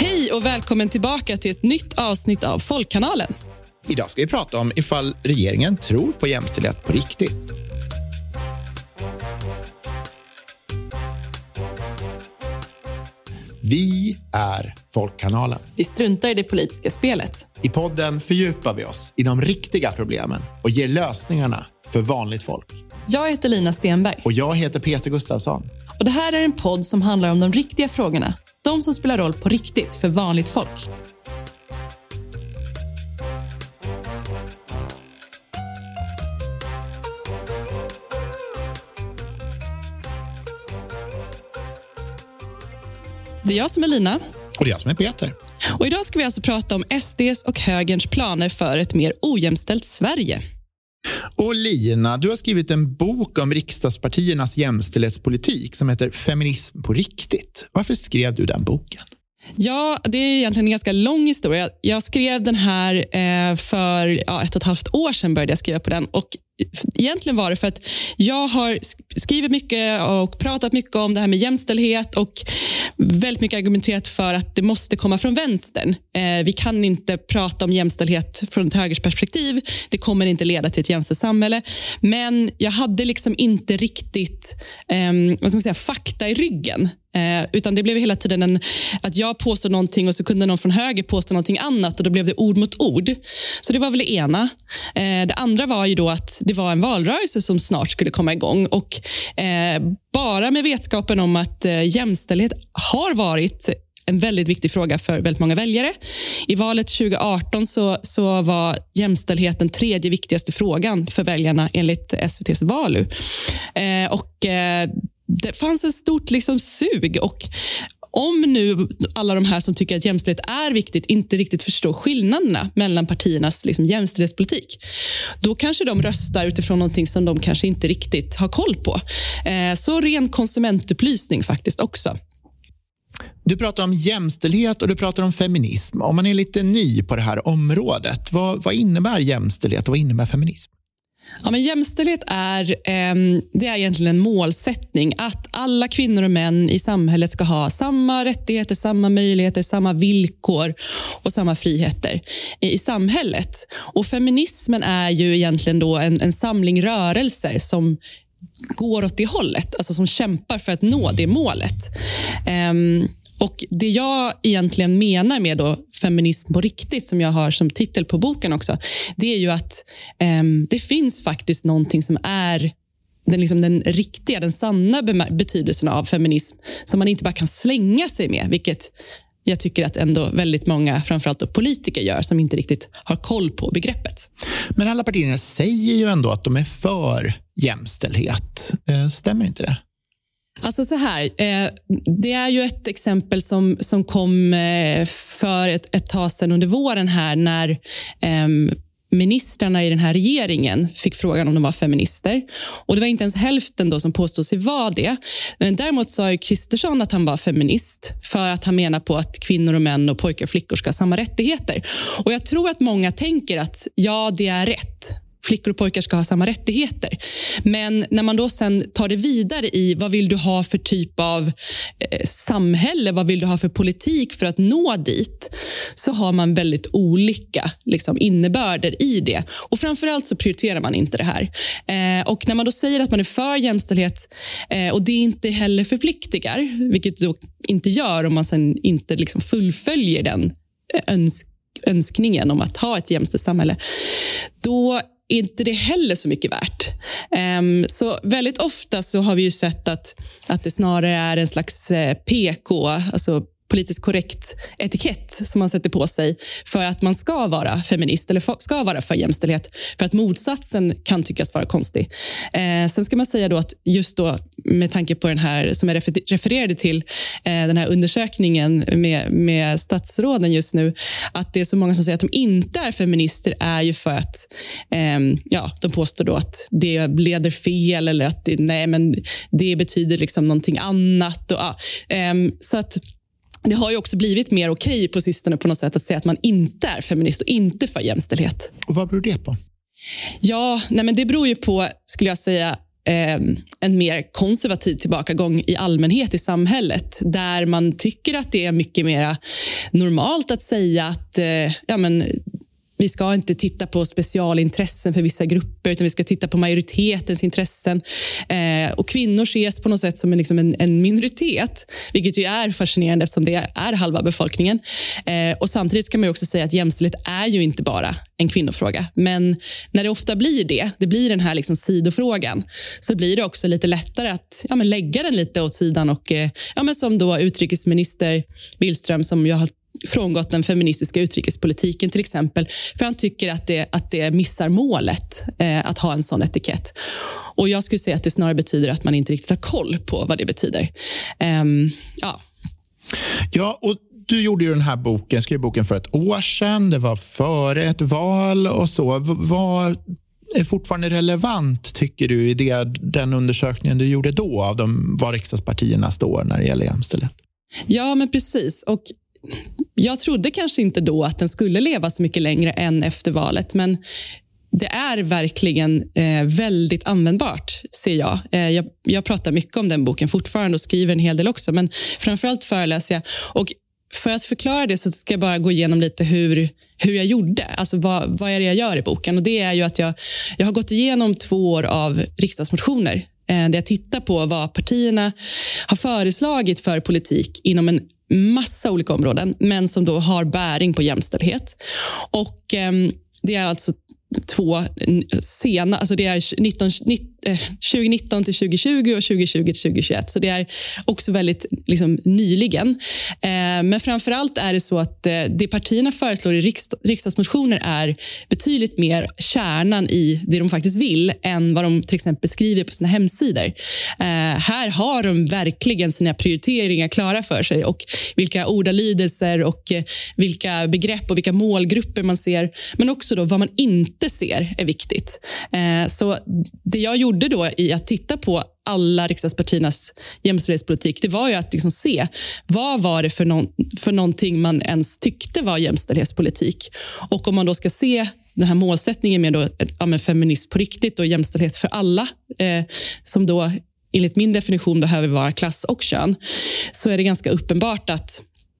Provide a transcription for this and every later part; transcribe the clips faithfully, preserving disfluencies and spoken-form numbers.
Hej och välkommen tillbaka till ett nytt avsnitt av Folkkanalen. Idag ska vi prata om ifall regeringen tror på jämställdhet på riktigt. Vi är Folkkanalen. Vi struntar i det politiska spelet. I podden fördjupar vi oss i de riktiga problemen och ger lösningarna för vanligt folk. Jag heter Lina Stenberg. Och jag heter Peter Gustafsson. Och det här är en podd som handlar om de riktiga frågorna. De som spelar roll på riktigt för vanligt folk. Det är jag som är Lina. Och det är jag som är Peter. Och idag ska vi alltså prata om S D:s och högerns planer för ett mer ojämställt Sverige. Och Lina, du har skrivit en bok om riksdagspartiernas jämställdhetspolitik som heter Feminism på riktigt. Varför skrev du den boken? Ja, det är egentligen en ganska lång historia. Jag skrev den här eh, för ja, ett och ett halvt år sedan började jag skriva på den. Och egentligen var det för att jag har skrivit mycket och pratat mycket om det här med jämställdhet och väldigt mycket argumenterat för att det måste komma från vänstern. Eh, vi kan inte prata om jämställdhet från ett högersperspektiv. Det kommer inte leda till ett jämställt samhälle. Men jag hade liksom inte riktigt eh, vad ska man säga, fakta i ryggen. Eh, utan det blev hela tiden en, att jag påstod någonting och så kunde någon från höger påstå någonting annat och då blev det ord mot ord. Så det var väl det ena. Eh, det andra var ju då att det var en valrörelse som snart skulle komma igång och eh, bara med vetskapen om att eh, jämställdhet har varit en väldigt viktig fråga för väldigt många väljare. I valet tjugo arton så, så var jämställdhet den tredje viktigaste frågan för väljarna enligt S V T:s Valu. Eh, och eh, det fanns ett stort liksom sug och om nu alla de här som tycker att jämställdhet är viktigt inte riktigt förstår skillnaderna mellan partiernas liksom jämställdhetspolitik, då kanske de röstar utifrån någonting som de kanske inte riktigt har koll på. Eh, så ren konsumentupplysning faktiskt också. Du pratar om jämställdhet och du pratar om feminism. Om man är lite ny på det här området, vad, vad innebär jämställdhet och vad innebär feminism? Ja, men jämställdhet är, eh, det är egentligen en målsättning att alla kvinnor och män i samhället ska ha samma rättigheter, samma möjligheter, samma villkor och samma friheter i, i samhället. Och feminismen är ju egentligen då en, en samling rörelser som går åt det hållet, alltså som kämpar för att nå det målet. Eh, Och det jag egentligen menar med då feminism på riktigt, som jag har som titel på boken också, det är ju att eh, det finns faktiskt någonting som är den, liksom den riktiga, den sanna betydelsen av feminism som man inte bara kan slänga sig med, vilket jag tycker att ändå väldigt många, framförallt då politiker, gör som inte riktigt har koll på begreppet. Men alla partierna säger ju ändå att de är för jämställdhet. Stämmer inte det? Alltså så här, eh, det är ju ett exempel som, som kom eh, för ett, ett tag sedan under våren här när eh, ministrarna i den här regeringen fick frågan om de var feminister. Och det var inte ens hälften då som påstod sig vara det. Men däremot sa ju Kristersson att han var feminist för att han menar på att kvinnor och män och pojkar och flickor ska ha samma rättigheter. Och jag tror att många tänker att ja, det är rätt. Flickor och pojkar ska ha samma rättigheter. Men när man då sen tar det vidare i vad vill du ha för typ av eh, samhälle, vad vill du ha för politik för att nå dit, så har man väldigt olika liksom, innebörder i det. Och framförallt så prioriterar man inte det här. Eh, och när man då säger att man är för jämställdhet eh, och det inte heller förpliktigar, vilket då inte gör om man sen inte liksom, fullföljer den öns- önskningen om att ha ett jämställt samhälle, då är inte det heller så mycket värt. Um, så väldigt ofta så har vi ju sett att, att det snarare är en slags eh, P K, alltså politiskt korrekt etikett som man sätter på sig för att man ska vara feminist eller ska vara för jämställdhet, för att motsatsen kan tyckas vara konstig. Eh, sen ska man säga då att just då med tanke på den här som jag refererade till, eh, den här undersökningen med, med statsråden just nu, att det är så många som säger att de inte är feminister är ju för att eh, ja, de påstår då att det leder fel eller att det, nej, men det betyder liksom någonting annat. Och, ja, eh, så att det har ju också blivit mer okej på sistone på något sätt att säga att man inte är feminist och inte för jämställdhet. Och vad beror det på? Ja, nej men det beror ju på, skulle jag säga, eh, en mer konservativ tillbakagång i allmänhet i samhället, där man tycker att det är mycket mer normalt att säga att eh, ja, men, vi ska inte titta på specialintressen för vissa grupper, utan vi ska titta på majoritetens intressen. Eh, och kvinnor ses på något sätt som en, liksom en, en minoritet, vilket ju är fascinerande eftersom det är halva befolkningen. Eh, och samtidigt kan man ju också säga att jämställdhet är ju inte bara en kvinnofråga. Men när det ofta blir det, det blir den här liksom sidofrågan, så blir det också lite lättare att ja, men lägga den lite åt sidan. Och eh, ja, men som då utrikesminister Billström, som jag har frångått den feministiska utrikespolitiken till exempel, för han tycker att det, att det missar målet eh, att ha en sån etikett. Och jag skulle säga att det snarare betyder att man inte riktigt har koll på vad det betyder. Um, ja. Ja, och du gjorde ju den här boken, skrev boken för ett år sedan, det var före ett val och så. V- vad är fortfarande relevant, tycker du, i det, den undersökningen du gjorde då av de, var riksdagspartierna står när det gäller jämställdhet? Ja, men precis. Och jag trodde kanske inte då att den skulle leva så mycket längre än efter valet, men det är verkligen eh, väldigt användbart, ser jag. Eh, jag. Jag pratar mycket om den boken fortfarande och skriver en hel del också, men framförallt föreläser jag. Och för att förklara det så ska jag bara gå igenom lite hur, hur jag gjorde. Alltså vad, vad är det jag gör i boken? Och det är ju att jag, jag har gått igenom två år av riksdagsmotioner eh, där jag tittar på vad partierna har föreslagit för politik inom en massa olika områden, men som då har bäring på jämställdhet. Och eh, det är alltså två sena, alltså det är nitton, tjugonitton till tjugohundratjugo och tjugotjugo till tjugohundratjugoett. Så det är också väldigt liksom, nyligen. Eh, men framförallt är det så att eh, det partierna föreslår i riksd- riksdagsmotioner är betydligt mer kärnan i det de faktiskt vill än vad de till exempel skriver på sina hemsidor. Eh, här har de verkligen sina prioriteringar klara för sig och vilka ordalydelser och eh, vilka begrepp och vilka målgrupper man ser, men också då vad man inte ser är viktigt. Eh, så det jag gjorde då i att titta på alla riksdagspartiernas jämställdhetspolitik, det var ju att liksom se vad var det för, någon, för någonting man ens tyckte var jämställdhetspolitik. Och om man då ska se den här målsättningen med då, ja, med feminism på riktigt och jämställdhet för alla, eh, som då enligt min definition behöver vara klass och kön, så är det ganska uppenbart att,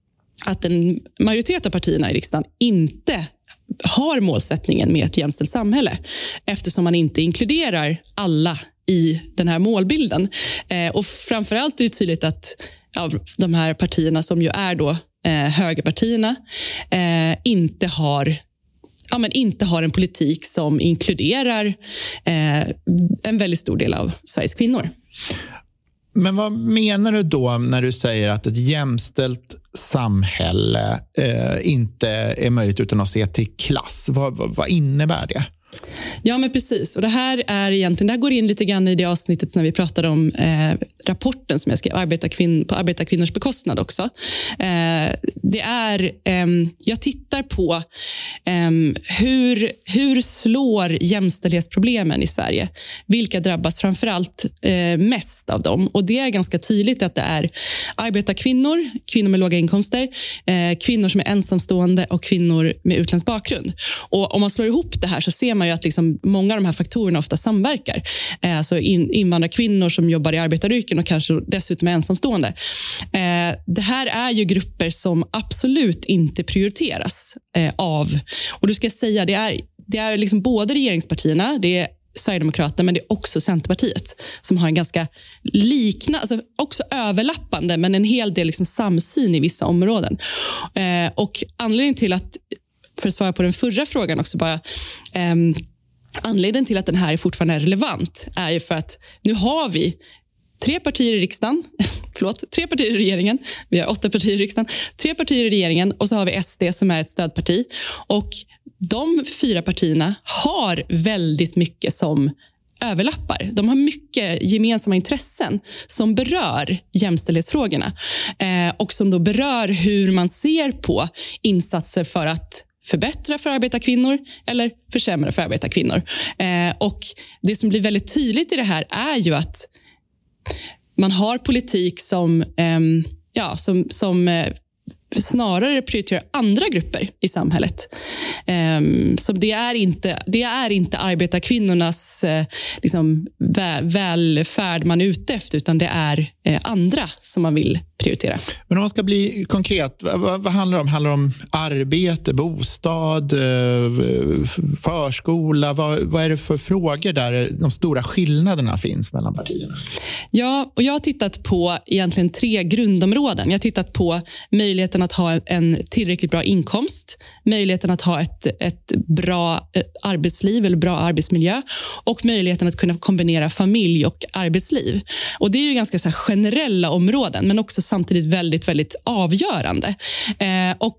att en majoritet av partierna i riksdagen inte har målsättningen med ett jämställt samhälle, eftersom man inte inkluderar alla i den här målbilden. Eh, och framförallt är det tydligt att ja, de här partierna som ju är då eh, högerpartierna eh, inte har ja, men inte har en politik som inkluderar eh, en väldigt stor del av Sveriges kvinnor. Men vad menar du då när du säger att ett jämställt samhälle eh, inte är möjligt utan att se till klass? Vad, vad, vad innebär det? Ja, men precis. Och det här är egentligen, det här går in lite grann i det avsnittet när vi pratade om eh, rapporten som jag skrev, Arbetarkvinn, på arbetarkvinnors bekostnad också. Eh, det är, eh, jag tittar på eh, hur, hur slår jämställdhetsproblemen i Sverige? Vilka drabbas framförallt eh, mest av dem? Och det är ganska tydligt att det är arbetarkvinnor, kvinnor med låga inkomster, eh, kvinnor som är ensamstående och kvinnor med utländsk bakgrund. Och om man slår ihop det här så ser man ju att liksom många av de här faktorerna ofta samverkar. Eh, alltså in, invandrarkvinnor som jobbar i arbetaryrken och kanske dessutom är ensamstående. Eh, det här är ju grupper som absolut inte prioriteras eh, av, och du ska säga, det är, det är liksom både regeringspartierna, det är Sverigedemokraterna, men det är också Centerpartiet som har en ganska liknande, alltså också överlappande, men en hel del liksom samsyn i vissa områden. Eh, och anledningen till att, för att svara på den förra frågan också bara, eh, anledningen till att den här fortfarande är relevant är ju för att nu har vi tre partier i riksdagen, förlåt, tre partier i regeringen, vi har åtta partier i riksdagen, tre partier i regeringen och så har vi S D som är ett stödparti, och de fyra partierna har väldigt mycket som överlappar. De har mycket gemensamma intressen som berör jämställdhetsfrågorna eh, och som då berör hur man ser på insatser för att förbättra för arbetarkvinnor eller försämra för arbetarkvinnor. Eh, och det som blir väldigt tydligt i det här är ju att man har politik som, eh, ja, som, som eh, snarare prioriterar andra grupper i samhället. Um, så det är inte, det är inte arbetarkvinnornas uh, liksom, väl, välfärd man är ute efter, utan det är uh, andra som man vill prioritera. Men om man ska bli konkret, vad, vad handlar det om? Handlar det om arbete, bostad, uh, förskola? Vad, vad är det för frågor där de stora skillnaderna finns mellan partierna? Ja, och jag har tittat på egentligen tre grundområden. Jag har tittat på möjligheten att ha en tillräckligt bra inkomst, möjligheten att ha ett, ett bra arbetsliv eller bra arbetsmiljö och möjligheten att kunna kombinera familj och arbetsliv. Och det är ju ganska så här generella områden, men också samtidigt väldigt, väldigt avgörande. Eh, och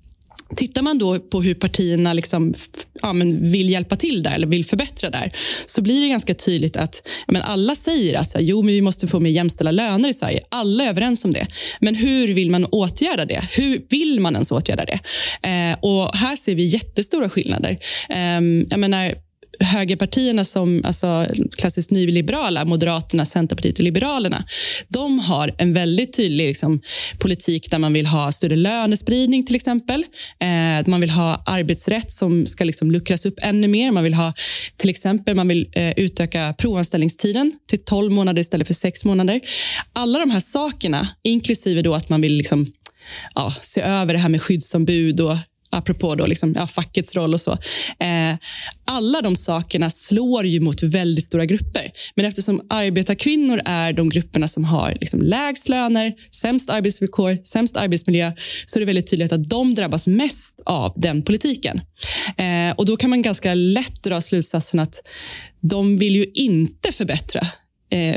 tittar man då på hur partierna liksom, ja, men vill hjälpa till där eller vill förbättra där, så blir det ganska tydligt att ja, men alla säger att jo, men vi måste få mer jämställda löner i Sverige. Alla är överens om det. Men hur vill man åtgärda det? Hur vill man ens åtgärda det? Eh, och här ser vi jättestora skillnader. Eh, jag menar, högerpartierna som alltså klassiskt nyliberala, Moderaterna, Centerpartiet och Liberalerna, de har en väldigt tydlig liksom, politik där man vill ha större lönespridning till exempel. Eh, man vill ha arbetsrätt som ska liksom, luckras upp ännu mer. Man vill ha till exempel man vill eh, utöka provanställningstiden till tolv månader istället för sex månader. Alla de här sakerna, inklusive då att man vill liksom, ja, se över det här med skyddsombud och apropå då liksom, ja, fackets roll och så. Eh, alla de sakerna slår ju mot väldigt stora grupper. Men eftersom arbetarkvinnor är de grupperna som har liksom, lägst löner, sämst arbetsvillkor, sämst arbetsmiljö, så är det väldigt tydligt att de drabbas mest av den politiken. Eh, och då kan man ganska lätt dra slutsatsen att de vill ju inte förbättra eh,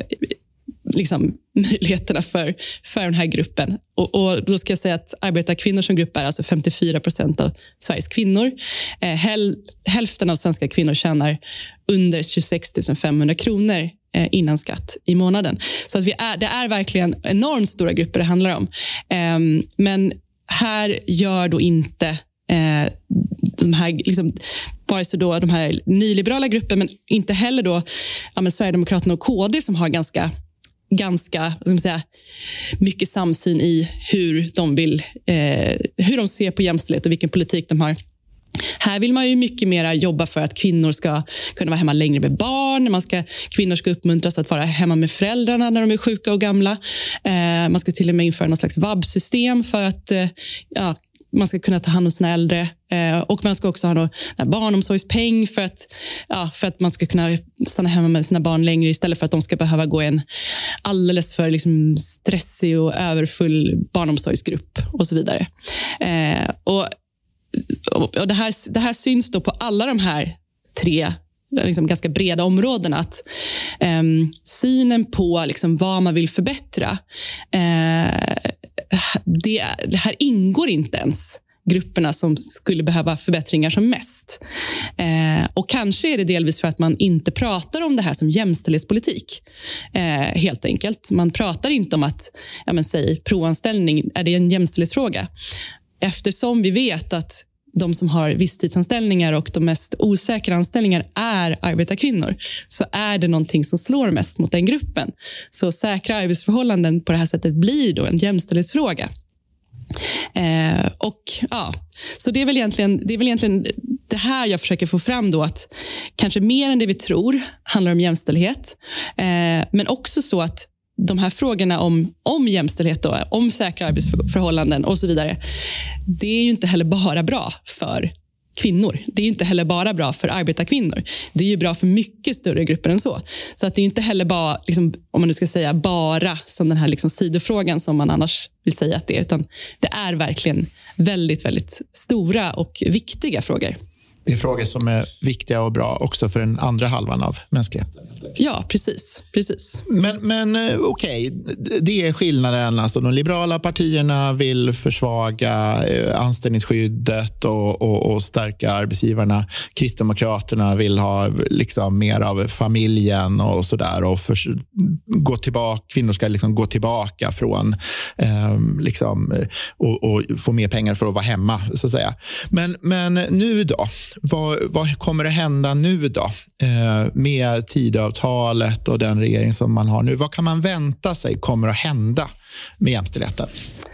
liksom, möjligheterna för, för den här gruppen. Och, och då ska jag säga att arbetarkvinnor som grupp är alltså femtiofyra procent av Sveriges kvinnor. Eh, häl, hälften av svenska kvinnor tjänar under tjugosex tusen femhundra kronor eh, innan skatt i månaden. Så att vi är, det är verkligen enormt stora grupper det handlar om. Eh, men här gör då inte eh, de här liksom, vare sig då de här nyliberala grupper, men inte heller då ja, men Sverigedemokraterna och K D som har ganska ganska vad ska man säga, mycket samsyn i hur de vill eh, hur de ser på jämställdhet och vilken politik de har. Här vill man ju mycket mer jobba för att kvinnor ska kunna vara hemma längre med barn. Man ska, kvinnor ska uppmuntras att vara hemma med föräldrarna när de är sjuka och gamla. Eh, man ska till och med införa någon slags vab-system för att eh, ja, man ska kunna ta hand om sina äldre. Eh, och man ska också ha någon barnomsorgspeng för att, ja, för att man ska kunna stanna hemma med sina barn längre istället för att de ska behöva gå i en alldeles för liksom, stressig och överfull barnomsorgsgrupp och så vidare. Eh, och och det, här, det här syns då på alla de här tre liksom, ganska breda områdena. Att eh, synen på liksom, vad man vill förbättra eh, det, det här ingår inte ens grupperna som skulle behöva förbättringar som mest. Eh, och kanske är det delvis för att man inte pratar om det här som jämställdhetspolitik. Eh, helt enkelt. Man pratar inte om att, ja men säg, provanställning, är det en jämställdhetsfråga? Eftersom vi vet att de som har visstidsanställningar och de mest osäkra anställningar är arbetarkvinnor, så är det någonting som slår mest mot den gruppen. Så säkra arbetsförhållanden på det här sättet blir då en jämställdhetsfråga. Eh, och ja, så det är väl egentligen det är väl egentligen det här jag försöker få fram då, att kanske mer än det vi tror handlar om jämställdhet, eh, men också så att de här frågorna om, om jämställdhet då, om säkra arbetsförhållanden och så vidare, det är ju inte heller bara bra för kvinnor. Det är inte heller bara bra för arbetarkvinnor. Det är ju bra för mycket större grupper än så. Så att det är inte heller bara, liksom, om man nu ska säga bara som den här liksom sidofrågan som man annars vill säga att det är, utan det är verkligen väldigt, väldigt stora och viktiga frågor. Det är frågor som är viktiga och bra också för den andra halvan av mänskligheten. Ja, precis. precis. Men, men okej, okay. Det är skillnaden. Alltså, de liberala partierna vill försvaga anställningsskyddet och, och, och stärka arbetsgivarna. Kristdemokraterna vill ha liksom mer av familjen och sådär. Och för, gå tillbaka, kvinnor ska liksom gå tillbaka från eh, liksom, och, och få mer pengar för att vara hemma, så att säga. Men, men nu då? Vad, vad kommer det hända nu då eh, med Tidöavtalet och den regering som man har nu? Vad kan man vänta sig kommer att hända med jämställdheten?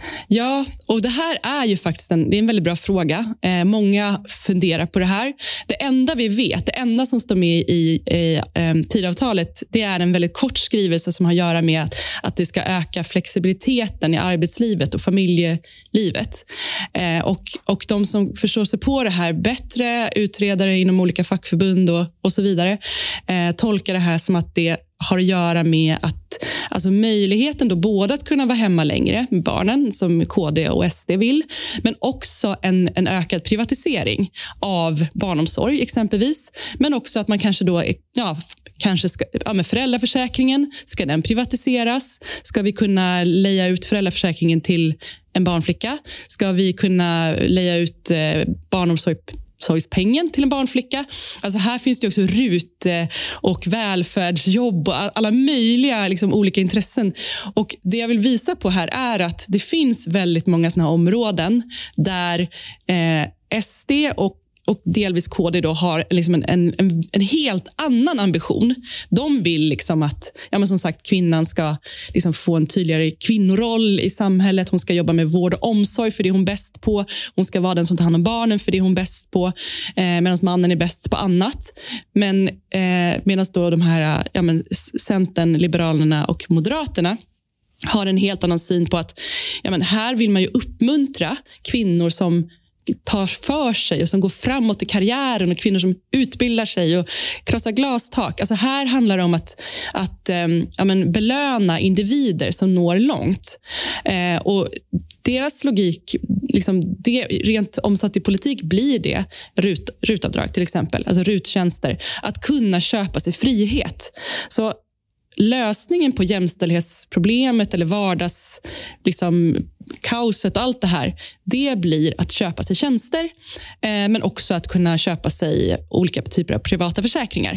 Ja, och det här är ju faktiskt en, det är en väldigt bra fråga. Eh, många funderar på det här. Det enda vi vet, det enda som står med i, i eh, tidavtalet, det är en väldigt kort skrivelse som har att göra med att, att det ska öka flexibiliteten i arbetslivet och familjelivet. Eh, och, och de som förstår sig på det här bättre, utredare inom olika fackförbund och, och så vidare, eh, tolkar det här som att det har att göra med att alltså möjligheten då både att kunna vara hemma längre med barnen som K D och S D vill, men också en, en ökad privatisering av barnomsorg exempelvis, men också att man kanske då ja, kanske ska, ja, med föräldraförsäkringen, ska den privatiseras? Ska vi kunna leja ut föräldraförsäkringen till en barnflicka? Ska vi kunna leja ut eh, barnomsorg omsorgspengen till en barnflicka? Alltså här finns det också RUT och välfärdsjobb och alla möjliga liksom, olika intressen. Och det jag vill visa på här är att det finns väldigt många såna här områden där eh, S D och och delvis K D då har liksom en, en, en helt annan ambition. De vill liksom att ja, men som sagt, kvinnan ska liksom få en tydligare kvinnoroll i samhället. Hon ska jobba med vård och omsorg för det är hon bäst på. Hon ska vara den som tar hand om barnen för det är hon bäst på. Eh, medan mannen är bäst på annat. Men eh, medan då de här ja, men Centern, Liberalerna och Moderaterna har en helt annan syn på att ja, men här vill man ju uppmuntra kvinnor som tar för sig och som går framåt i karriären och kvinnor som utbildar sig och krossar glastak. Alltså här handlar det om att, att um, ja, men belöna individer som når långt. Eh, och deras logik, liksom det, rent omsatt i politik blir det rut, rutavdrag till exempel, alltså ruttjänster. Att kunna köpa sig frihet. Så lösningen på jämställdhetsproblemet eller vardags liksom, kaoset och allt det här, det blir att köpa sig tjänster eh, men också att kunna köpa sig olika typer av privata försäkringar.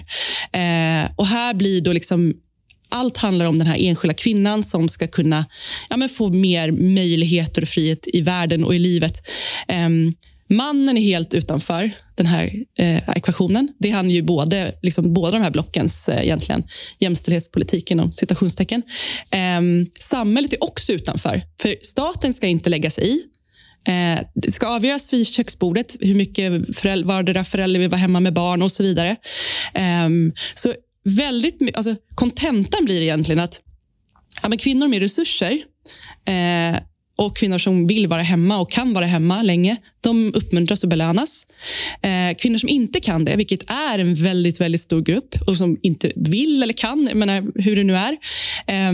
Eh, och här blir då liksom allt handlar om den här enskilda kvinnan som ska kunna ja, men få mer möjligheter och frihet i världen och i livet. Eh, Mannen är helt utanför den här eh, ekvationen. Det handlar ju både, liksom, båda de här blockens eh, egentligen, jämställdhetspolitiken och citationstecken. Eh, samhället är också utanför. För staten ska inte lägga sig i. Eh, det ska avgöras vid köksbordet hur mycket föräldrar, vardera förälder vill vara hemma med barn och så vidare. Eh, så väldigt, alltså, kontentan blir egentligen att ja, men kvinnor med resurser eh, och kvinnor som vill vara hemma och kan vara hemma länge, de uppmuntras och belönas. Eh, kvinnor som inte kan det, vilket är en väldigt, väldigt stor grupp och som inte vill eller kan, jag menar, hur det nu är, eh,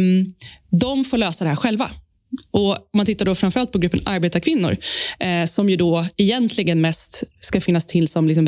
de får lösa det här själva. Och man tittar då framförallt på gruppen arbetarkvinnor eh, som ju då egentligen mest ska finnas till som liksom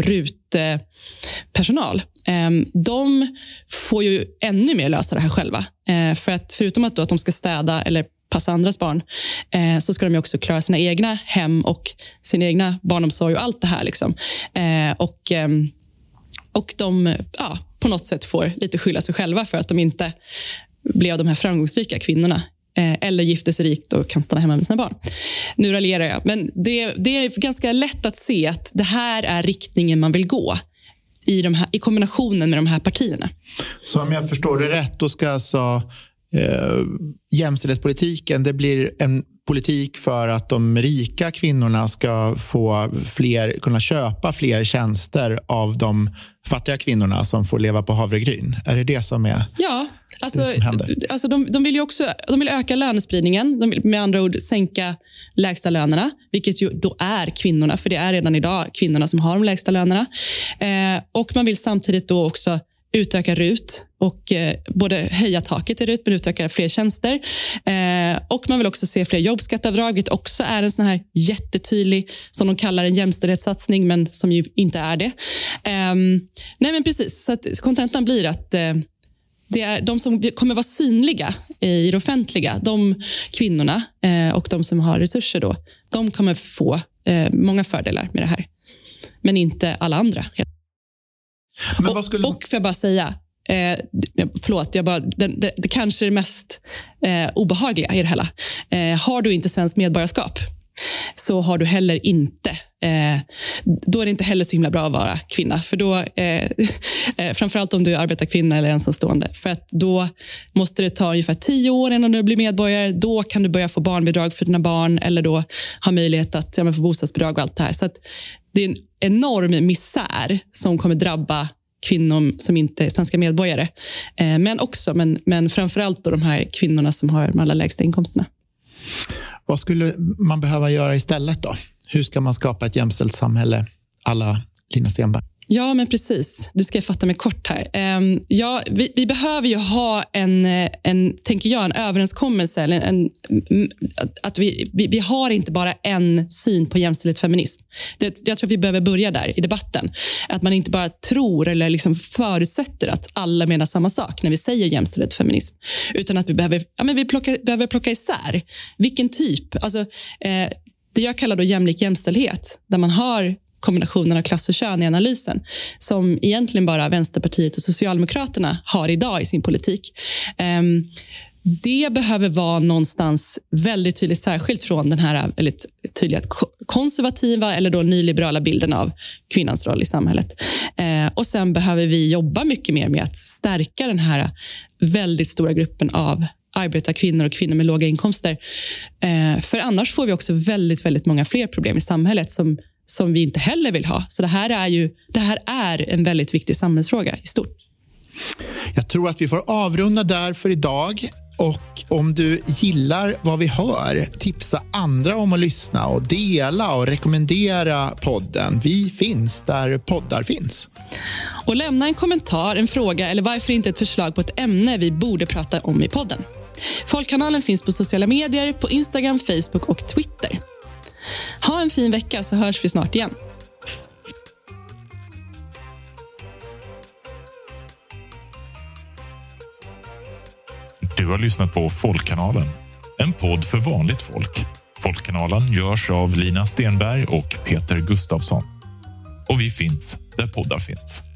rutpersonal. Eh, de får ju ännu mer lösa det här själva. Eh, för att förutom att, då att de ska städa eller passa andras barn eh, så ska de ju också klara sina egna hem och sin egna barnomsorg och allt det här. Liksom. Eh, och, eh, och de ja, på något sätt får lite skylla sig själva för att de inte blev de här framgångsrika kvinnorna. Eller gifter sig rikt och kan stanna hemma med sina barn. Nu raljerar jag. Men det, det är ganska lätt att se att det här är riktningen man vill gå i, de här, i kombinationen med de här partierna. Så om jag förstår det rätt, då ska alltså eh, jämställdhetspolitiken, det blir en politik för att de rika kvinnorna ska få fler, kunna köpa fler tjänster av de fattiga kvinnorna som får leva på havregryn. Är det det som är... Ja. Alltså, alltså de, de vill ju också de vill öka lönespridningen. De vill med andra ord sänka lägsta lönerna, vilket ju då är kvinnorna, för det är redan idag kvinnorna som har de lägsta lönerna. Eh, och man vill samtidigt då också utöka RUT och eh, både höja taket i RUT men utöka fler tjänster. Eh, och man vill också se fler jobbskatteavdrag, vilket också är en sån här jättetydlig, som de kallar en jämställdhetssatsning, men som ju inte är det. Eh, nej men precis, så att kontentan blir att eh, det är de som kommer vara synliga i det offentliga, de kvinnorna eh, och de som har resurser då, de kommer få eh, många fördelar med det här. Men inte alla andra. Men vad skulle... och, och för jag bara säga, eh, förlåt, jag bara, det, det, det kanske är det mest eh, obehagliga i det hela. Eh, har du inte svenskt medborgarskap så har du heller inte, eh, då är det inte heller så himla bra att vara kvinna. För då, eh, eh, framförallt om du arbetar kvinna eller ensamstående. För att då måste det ta ungefär tio år innan du blir medborgare. Då kan du börja få barnbidrag för dina barn eller då ha möjlighet att ja, få bostadsbidrag och allt det här. Så att det är en enorm misär som kommer drabba kvinnor som inte är svenska medborgare. Eh, men också, men, men framförallt då de här kvinnorna som har de allra lägsta inkomsterna. Vad skulle man behöva göra istället då? Hur ska man skapa ett jämställt samhälle alla Lina Stenberg? Ja, men precis. Du ska fatta mig kort här. Um, ja, vi, vi behöver ju ha en, en, tänker jag, en överenskommelse. Eller en, att vi, vi, vi har inte bara en syn på jämställdhet och feminism. Det, jag tror att vi behöver börja där i debatten. Att man inte bara tror eller liksom förutsätter att alla menar samma sak när vi säger jämställdhet och feminism. Utan att vi behöver, ja, men vi plocka, behöver plocka isär. Vilken typ? Alltså, eh, det jag kallar då jämlik jämställdhet. Där man har kombinationen av klass och kön i analysen som egentligen bara Vänsterpartiet och Socialdemokraterna har idag i sin politik. Um, det behöver vara någonstans väldigt tydligt särskilt från den här väldigt tydliga konservativa eller då nyliberala bilden av kvinnans roll i samhället. Uh, och sen behöver vi jobba mycket mer med att stärka den här väldigt stora gruppen av arbetarkvinnor och kvinnor med låga inkomster. Uh, för annars får vi också väldigt, väldigt många fler problem i samhället som som vi inte heller vill ha. Så det här är ju det här är en väldigt viktig samhällsfråga i stort. Jag tror att vi får avrunda där för idag. Och om du gillar vad vi hör, tipsa andra om att lyssna och dela och rekommendera podden. Vi finns där poddar finns. Och lämna en kommentar, en fråga eller varför inte ett förslag på ett ämne vi borde prata om i podden. Folkkanalen finns på sociala medier, på Instagram, Facebook och Twitter. Ha en fin vecka så hörs vi snart igen. Du har lyssnat på Folkkanalen, en podd för vanligt folk. Folkkanalen görs av Lina Stenberg och Peter Gustafsson. Och vi finns där poddar finns.